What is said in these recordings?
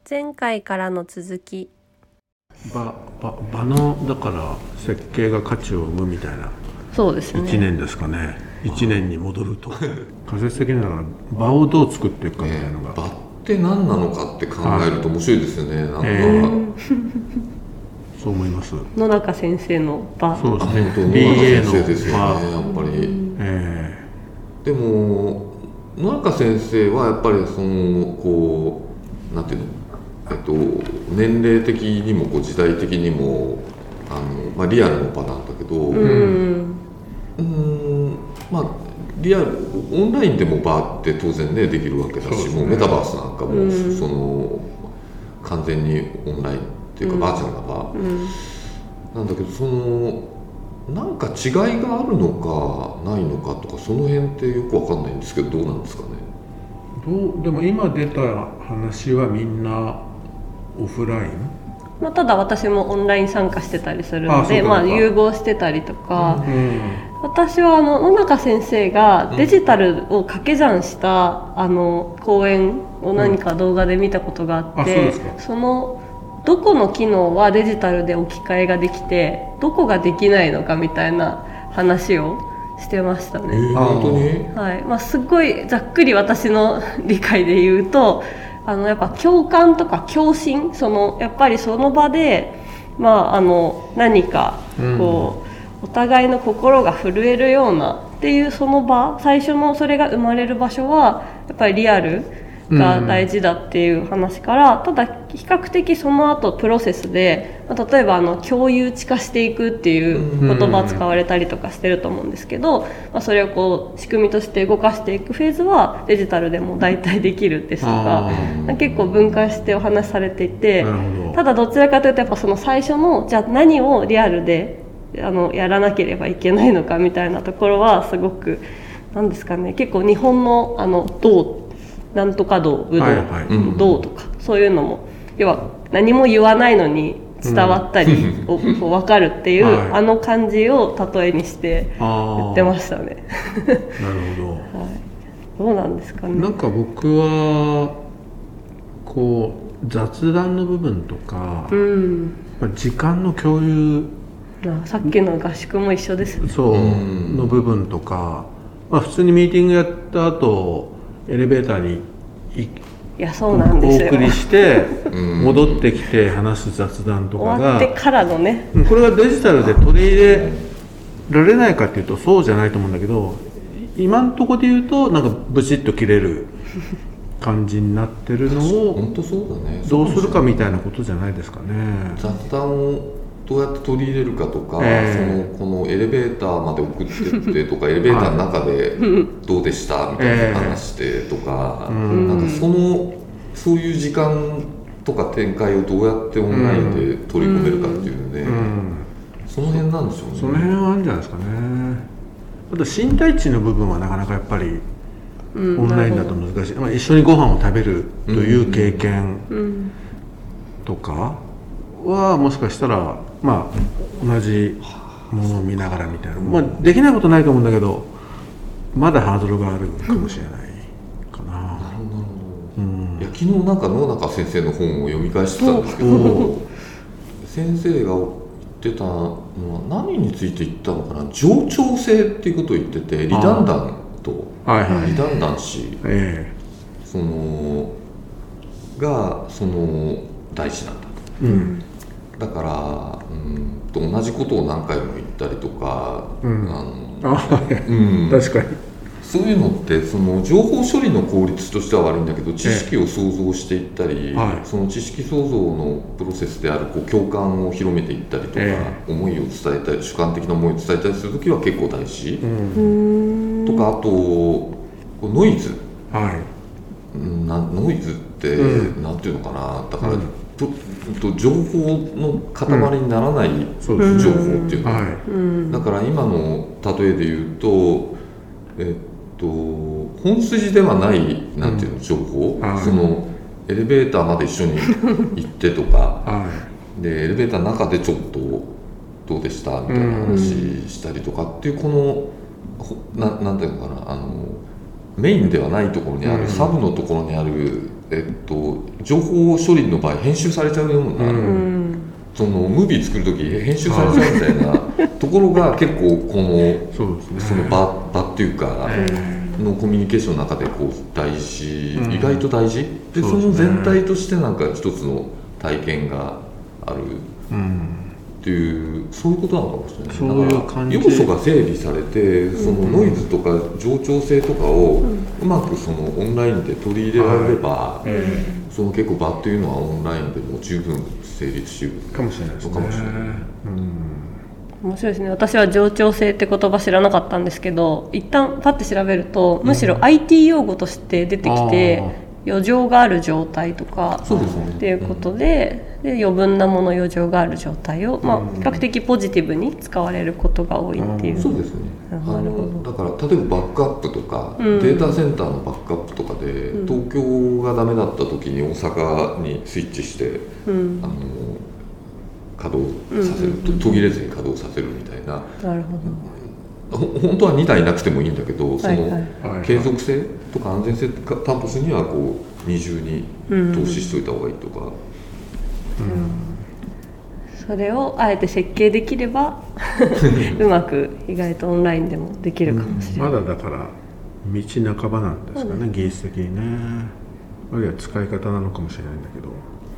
前回からの続き。 場のだから設計が価値を生むみたいな。 そうですね。 1年ですかね。1年に戻ると仮説的ながら場をどう作っていくかみたいなのが、 場って何なのかって考えると面白いですよね、なんか、 そう思います。 野中先生の場。 そうですね。 本当野中先生ですよね、やっぱり。でも野中先生はやっぱりそのこうなんていうの、年齢的にもこう時代的にもリアルの場なんだけど、リアルオンラインでも場って当然ねできるわけだし、もうメタバースなんかもその完全にオンラインっていうかバーチャルな場なんだけど、そのなんか違いがあるのかないのかとか、その辺ってよくわかんないんですけど、どうなんですかね。 でも今出た話はみんなオフライン、 ただ私もオンライン参加してたりするので、融合してたりとか、私は野中先生がデジタルを掛け算した講演を何か動画で見たことがあって、そのどこの機能はデジタルで置き換えができてどこができないのかみたいな話をしてましたね。 本当に？ はい。すっごいざっくり私の理解で言うと、やっぱ共感とか共振、やっぱりその場で何かこう、お互いの心が震えるようなっていうその場、最初のそれが生まれる場所はやっぱりリアルが大事だっていう話から、ただ比較的その後プロセスで、例えば共有地化していくっていう言葉使われたりとかしてると思うんですけど、それをこう仕組みとして動かしていくフェーズはデジタルでも大体できるですとか、結構分解してお話しされていて、ただどちらかというとやっぱその最初のじゃあ何をリアルでやらなければいけないのかみたいなところはすごくなんですかね、結構日本の道なんとか道、武道、道とかそういうのも要は何も言わないのに伝わったり分かるっていう感じを例えにして言ってましたね。 なるほど。 どうなんですかね。 なんか僕はこう雑談の部分とか、時間の共有、 さっきの合宿も一緒ですね。 そうの部分とか、普通にミーティングやった後エレベーターにそうなんですよ。 お送りして戻ってきて話す雑談とかが終わってからのね、 これがデジタルで取り入れられないかっていうとそうじゃないと思うんだけど、今のところで言うとなんかブチッと切れる感じになってるのを本当そうだね、 どうするかみたいなことじゃないですかね。 雑談をどうやって取り入れるかとか、このエレベーターまで送ってってとかエレベーターの中でどうでしたみたいな話してとか、なんかそういう時間とか展開をどうやってオンラインで取り込めるかっていうね、その辺なんでしょうね。 その辺はあるんじゃないですかね。あと身体値の部分はなかなかやっぱりオンラインだと難しい、一緒にご飯を食べるという経験とかはもしかしたら同じものを見ながらみたいな、できないことないと思うんだけどまだハードルがあるかもしれないかな。 なるほど。いや昨日なんか野中先生の本を読み返してたんですけど、先生が言ってたのは何について言ったのかな、冗長性っていうことを言ってて、リダンダント、リダンダンシー、そのが大事なんだと。だから同じことを何回も言ったりとか、 確かにそういうのってその情報処理の効率としては悪いんだけど、知識を創造していったり、その知識創造のプロセスである共感を広めていったりとか、思いを伝えたり主観的な思いを伝えたりするときは結構大事、とか、あとノイズ、ノイズってなんていうのかな、だから情報の塊にならない情報っていうの、だから今の例えで言うと、本筋ではないなんていうの情報、そのエレベーターまで一緒に行ってとか、でエレベーターの中でちょっとどうでしたみたいな話したりとかっていう、このなんていうのかな、 メインではないところにある、サブのところにある、情報処理の場合編集されちゃうような、そのムービー作る時編集されちゃうみたいなところが結構このその場っていうか、のコミュニケーションの中でこう大事、意外と大事で、その全体としてなんか一つの体験があるっていう、そういうことなのかもしれない。そういう感じ、要素が整理されて、そのノイズとか冗長性とかをうまくそのオンラインで取り入れられれば、その結構場っていうのはオンラインでも十分成立しうるかもしれないですね。 面白いですね。私は冗長性って言葉知らなかったんですけど、一旦パッて調べると、むしろ IT 用語として出てきて、余剰がある状態とかっていうことで、余分なもの、余剰がある状態を、比較的ポジティブに使われることが多いっていう。 そうですね。だから例えばバックアップとか、データセンターのバックアップとかで、東京がダメだった時に大阪にスイッチして、稼働させる、途切れずに稼働させるみたいな。 なるほど。 本当は2台なくてもいいんだけど、その継続性とか安全性担保するにはこう二重に投資しといた方がいいとか、 それをあえて設計できればうまく意外とオンラインでもできるかもしれない。 まだだから道半ばなんですかね、技術的にね。あるいは使い方なのかもしれないんだけど、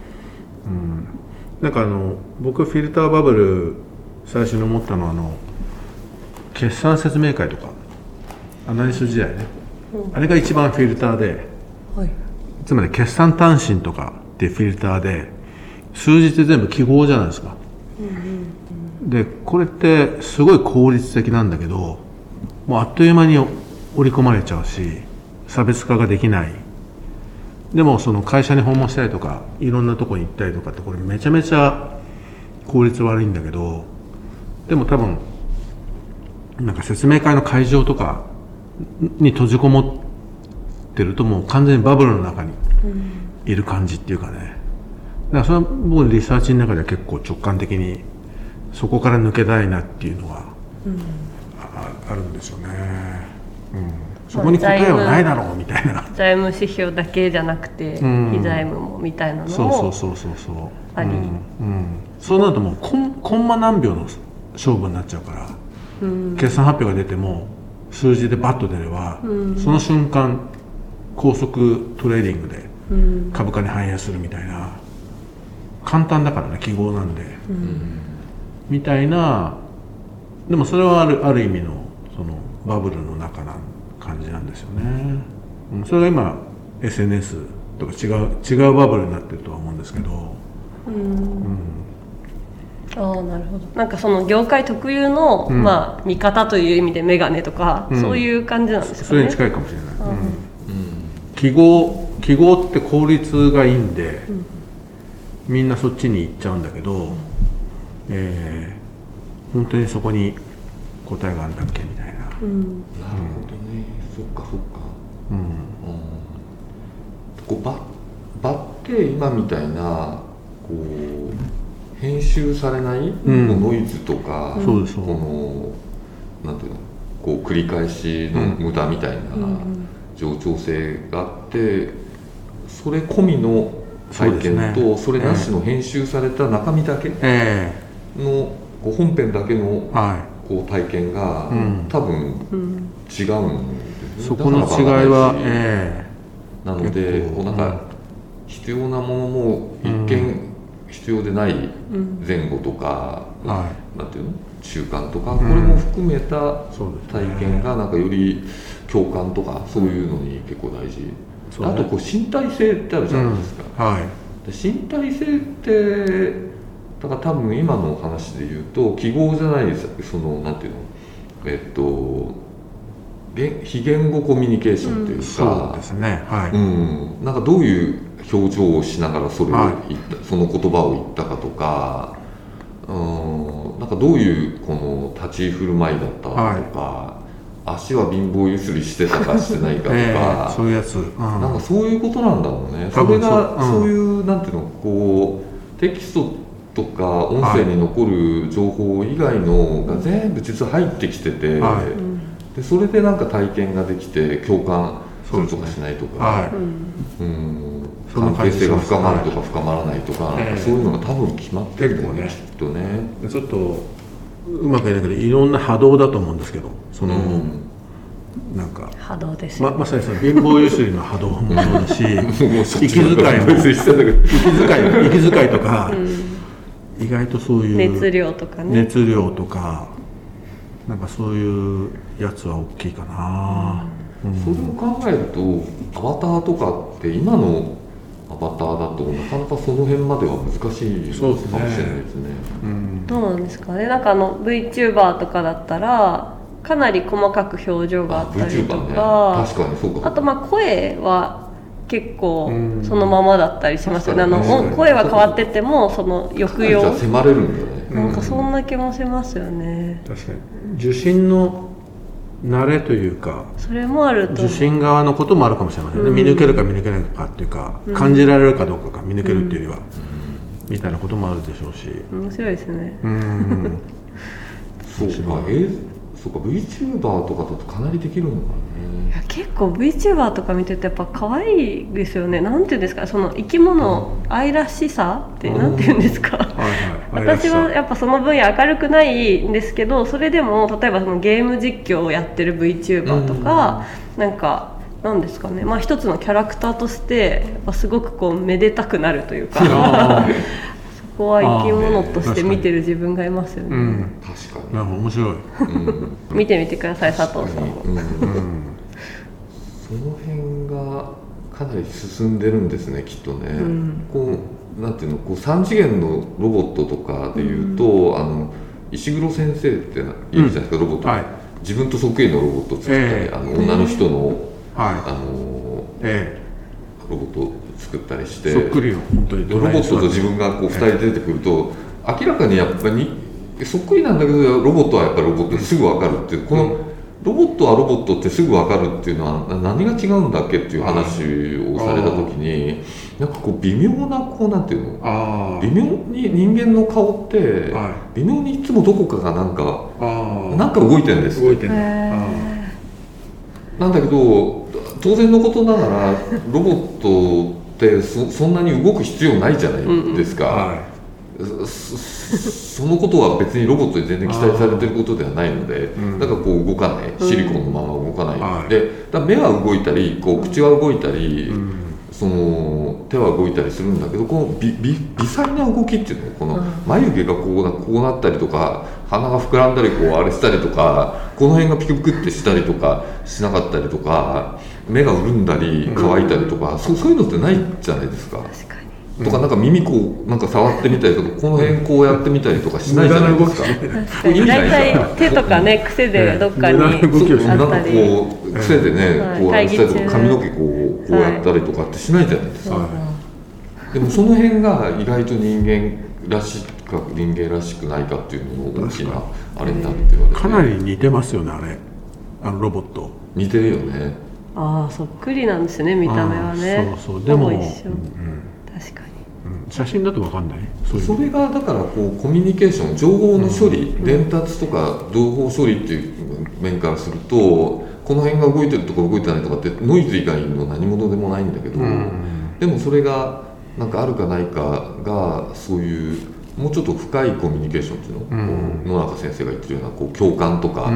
なんか僕フィルターバブル最初に思ったのは決算説明会とかアナリスト時代ね、あれが一番フィルターで、つまり決算単身とかってフィルターで数字って全部記号じゃないですか、でこれってすごい効率的なんだけど、もうあっという間に織り込まれちゃうし差別化ができない。でもその会社に訪問したりとかいろんなとこに行ったりとかってこれめちゃめちゃ効率悪いんだけど、でも多分なんか説明会の会場とかに閉じこもってるともう完全にバブルの中にいる感じっていうかね、だからそれは僕のリサーチの中では結構直感的にそこから抜けたいなっていうのがあるんですよね、そこに答えはないだろうみたいな、 財務指標だけじゃなくて、非財務もみたいなのもあり、 そうなるともうコンマ何秒の勝負になっちゃうから、決算発表が出ても数字でバッと出れば、その瞬間高速トレーディングで株価に反映するみたいな、簡単だからね、記号なんで、みたいな。でもそれはある意味のそのバブルの中な感じなんですよね、それが今 SNS とか違うバブルになってるとは思うんですけど、 なるほど。なんかその業界特有の、見方という意味でメガネとか、そういう感じなんですかね。 それに近いかもしれない、記号って効率がいいんで、みんなそっちに行っちゃうんだけど、本当にそこに答えがあるんだっけみたいな。なるほどね、そっか。場って今みたいなこう編集されない、ノイズとか、このなんていうの、こう繰り返しの無駄みたいな冗長性があって、それ込みの体験と、それなしの編集された中身だけのこう本編だけのこう体験が多分違うんですよね。 そこの違いはなのでこうなんか必要なものも一見必要でない前後とか、なんていうの、中間とか、これも含めた体験がなんかより共感とかそういうのに結構大事。あとこう身体性ってあるじゃないですか、で身体性ってだから多分今の話で言うと記号じゃないです。そのなんていうの、非言語コミュニケーションっていうか、 そうですね、 なんかどういう表情をしながらそれを言った、その言葉を言ったかとか、なんかどういうこの立ち振る舞いだったかとか、足は貧乏ゆすりしてたかしてないかとか、 そういうやつ、 なんかそういうことなんだろうね。それがそういうなんていうの、こうテキストとか音声に残る情報以外のが全部実は入ってきてて、でそれでなんか体験ができて共感するとかしないとか、 はい、 関係性が深まるとか深まらないとか、そういうのが多分決まってるんだよね、きっとね。 ちょっとうまく言えないけどいろんな波動だと思うんですけど、その、なんか波動ですね、 まさにその貧乏ゆすりの波動もそうだし息遣いとか、意外とそういう熱量とかね、 熱量とかなんかそういうやつは大きいかな、 それを考えるとアバターとかって今のアバターだとなかなかその辺までは難しいかもしれないですね。 どうなんですかね。なんかVTuber とかだったらかなり細かく表情があったりとか、 ね、確かにそうか。 あと声は結構そのままだったりしますよね。声は変わっててもその抑揚じゃ迫れるんだね。 なんかそんな気もしますよね。 確かに受信の慣れというか、 それもあると受信側のこともあるかもしれませんね、見抜けるか見抜けないかっていうか、感じられるかどうかが見抜けるっていうよりは、みたいなこともあるでしょうし、 面白いですね。 そうか VTuber とかだとかなりできるのかね。 いや結構 VTuber とか見ててやっぱ可愛いですよね。なんていうんですか、その生き物愛らしさってなんていうんですか、私はやっぱその分野明るくないんですけど、それでも例えばそのゲーム実況をやってる VTuber とか、なんかなんですかね、まあ一つのキャラクターとしてやっぱすごくこうめでたくなるというかそこは生き物として見てる自分がいますよね。 確かに。 なんか面白い。 見てみてください、佐藤さんも。 その辺がかなり進んでるんですね、きっとね。こうなんていうの、こう3次元のロボットとかでいうと、石黒先生っているじゃないですか、ロボット、自分とそっくりのロボットを作ったり、女の人の、ロボットを作ったりして、 そっくりよ本当に。 ロボットと自分がこう2人出てくると、明らかにやっぱりそっくりなんだけどロボットはやっぱりロボットですぐ分かるっていう、このロボットはロボットってすぐ分かるっていうのは何が違うんだっけっていう話をされた時に、なんかこう微妙なこうなんていうの、微妙に人間の顔って微妙にいつもどこかがなんか動いてるんです。 動いてる。 なんだけど当然のことながらロボットってそんなに動く必要ないじゃないですか。そのことは別にロボットに全然期待されてることではないので、だからこう動かない、シリコンのまま動かない、でだ目は動いたりこう口は動いたり、その手は動いたりするんだけど、この微細な動きっていうの、この眉毛がこうなったりとか、鼻が膨らんだりこうあれしたりとか、この辺がピクピクってしたりとかしなかったりとか、目が潤んだり乾いたりとか、そういうのってないじゃないですか。とかなんか耳こうなんか触ってみたりとか、この辺こうやってみたりとかしないじゃないですか。 大体手とかね、癖でどっかにあったり、 なんかこう癖でね、こうやったりとか、髪の毛こうやったりとかってしないじゃないですか。でもその辺が意外と人間らしくないかっていうのの大きなあれになるって言われて、 かなり似てますよね、あれロボット。 似てるよね。 そっくりなんですね、見た目はね。 そうでも一緒。確かに。 写真だと分かんない。 それがだからこうコミュニケーション、情報の処理、伝達とか情報処理っていう面からすると、この辺が動いてるとか動いてないとかってノイズ以外の何物でもないんだけど、でもそれがなんかあるかないかがそういうもうちょっと深いコミュニケーションっていうの、野中先生が言ってるようなこう共感とか、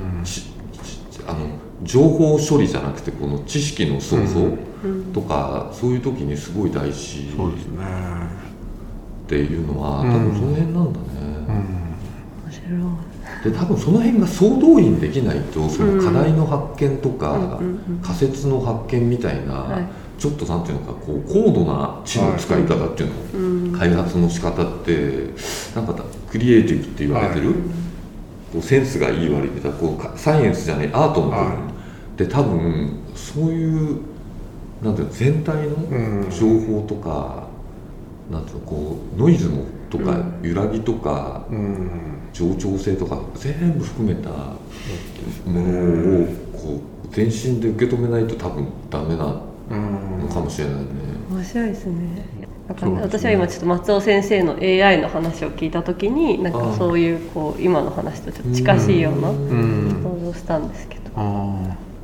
情報処理じゃなくてこの知識の創造とか、そういう時にすごい大事っていうのは、多分その辺なんだね。 面白い。 で多分その辺が総動員できないと、その課題の発見とか仮説の発見みたいな、ちょっとなんていうのかこう高度な知の使い方っていうの、開発の仕方ってなんかクリエイティブって言われてる、こうセンスがいい悪いみたいな、こうサイエンスじゃないアートの部分で、多分そういうなんていうの全体の情報とか、なんていうのこうノイズのとか揺らぎとか、冗長性とか全部含めたものをこう全身で受け止めないと多分ダメなのかもしれないね。 面白いですね。私は今ちょっと松尾先生の AI の話を聞いた時に、なんかそういうこう今の話とちょっと近しいような想像したんですけど。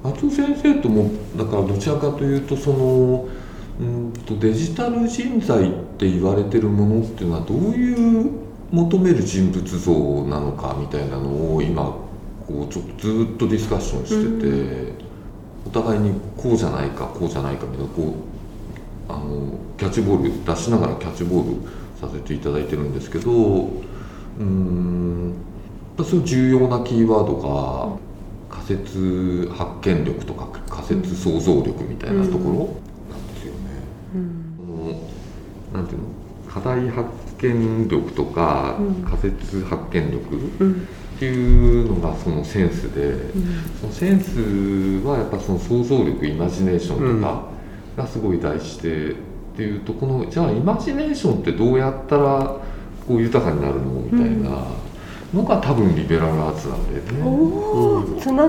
松尾先生ともだからどちらかというとそのデジタル人材って言われてるものっていうのはどういう求める人物像なのかみたいなのを今こうちょっとずっとディスカッションしてて、お互いにこうじゃないかこうじゃないかみたいなこうキャッチボール出しながらキャッチボールさせていただいてるんですけど、そういう重要なキーワードが仮説発見力とか仮説想像力みたいなところなんですよね。なんていうの、課題発見力とか仮説発見力っていうのがそのセンスで、そのセンスはやっぱその想像力イマジネーションとかがすごい大事でっていうと、このじゃあイマジネーションってどうやったらこう豊かになるのみたいなのが多分リベラルアーツなんだよね。 つながった。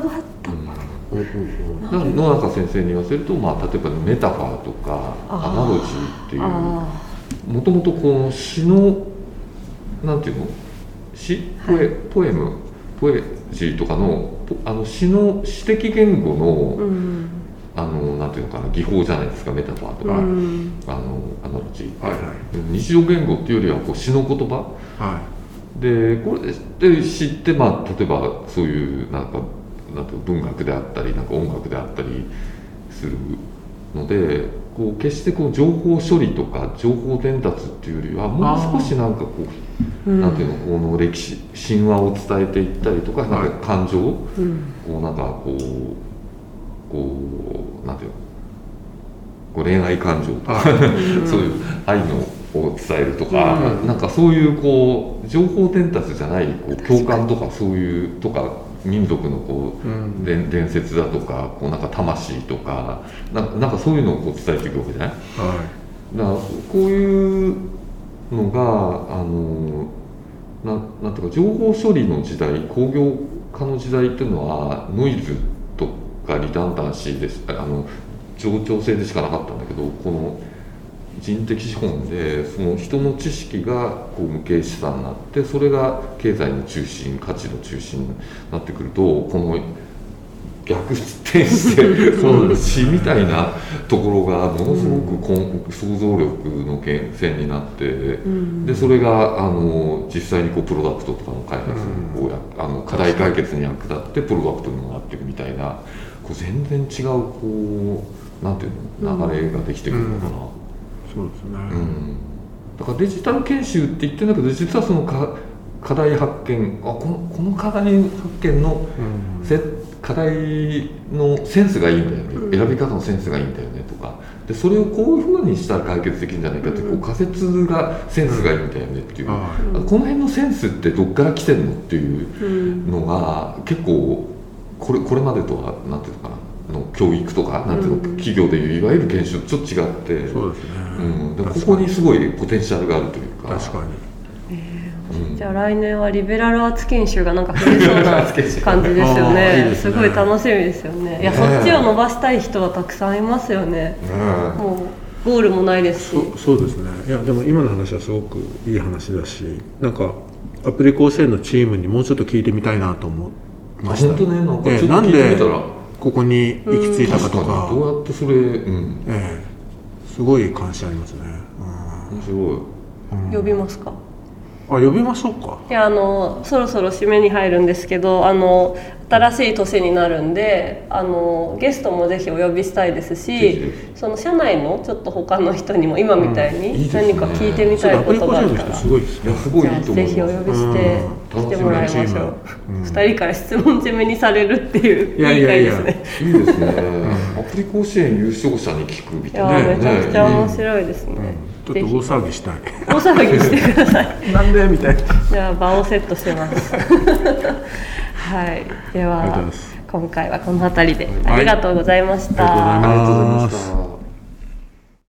そうですね、 だからデジタル研修って言ってるんだけど、実はその課題発見、この課題発見の、課題のセンスがいいんだよね、選び方のセンスがいいんだよねとかで、それをこういうふうにしたら解決できるんじゃないかって、こう仮説がセンスがいいんだよねっていう、この辺のセンスってどっから来てるのっていうのが結構これまでとはなんていうのかな、教育とかなんていうの、企業でいういわゆる研修とちょっと違って、 そうですね、 でここにすごいポテンシャルがあるというか。 確かに、 じゃあ来年はリベラルアーツ研修がなんか増えそうな感じですよね。いいですね、すごい楽しみですよね。いや、そっちを伸ばしたい人はたくさんいますよね。もうゴールもないですし。 そうですね。いやでも今の話はすごくいい話だし、なんかアプリ甲子園のチームにもうちょっと聞いてみたいなと思いました。 本当ね、なんかちょっと聞いてみたら、 ここに行き着いたかとか、 どうやってそれ、 すごい関心ありますね。 面白い。 呼びますか？ 呼びましょうか。 いや、そろそろ締めに入るんですけど、新しい年になるんで、ゲストもぜひお呼びしたいですし、その社内のちょっと他の人にも今みたいに何か聞いてみたいことがあったら、 すごいですね。 じゃあぜひお呼びして来てもらいましょう。2人から質問攻めにされるっていういい回ですね。 いいですね。アプリ甲子園優勝者に聞くみたいな。 めちゃくちゃ面白いですね。 ちょっと大騒ぎしたい。 大騒ぎしてください。 なんでみたいな。 じゃあ場をセットしてます。はい。では今回はこの辺りでありがとうございました。 ありがとうございました。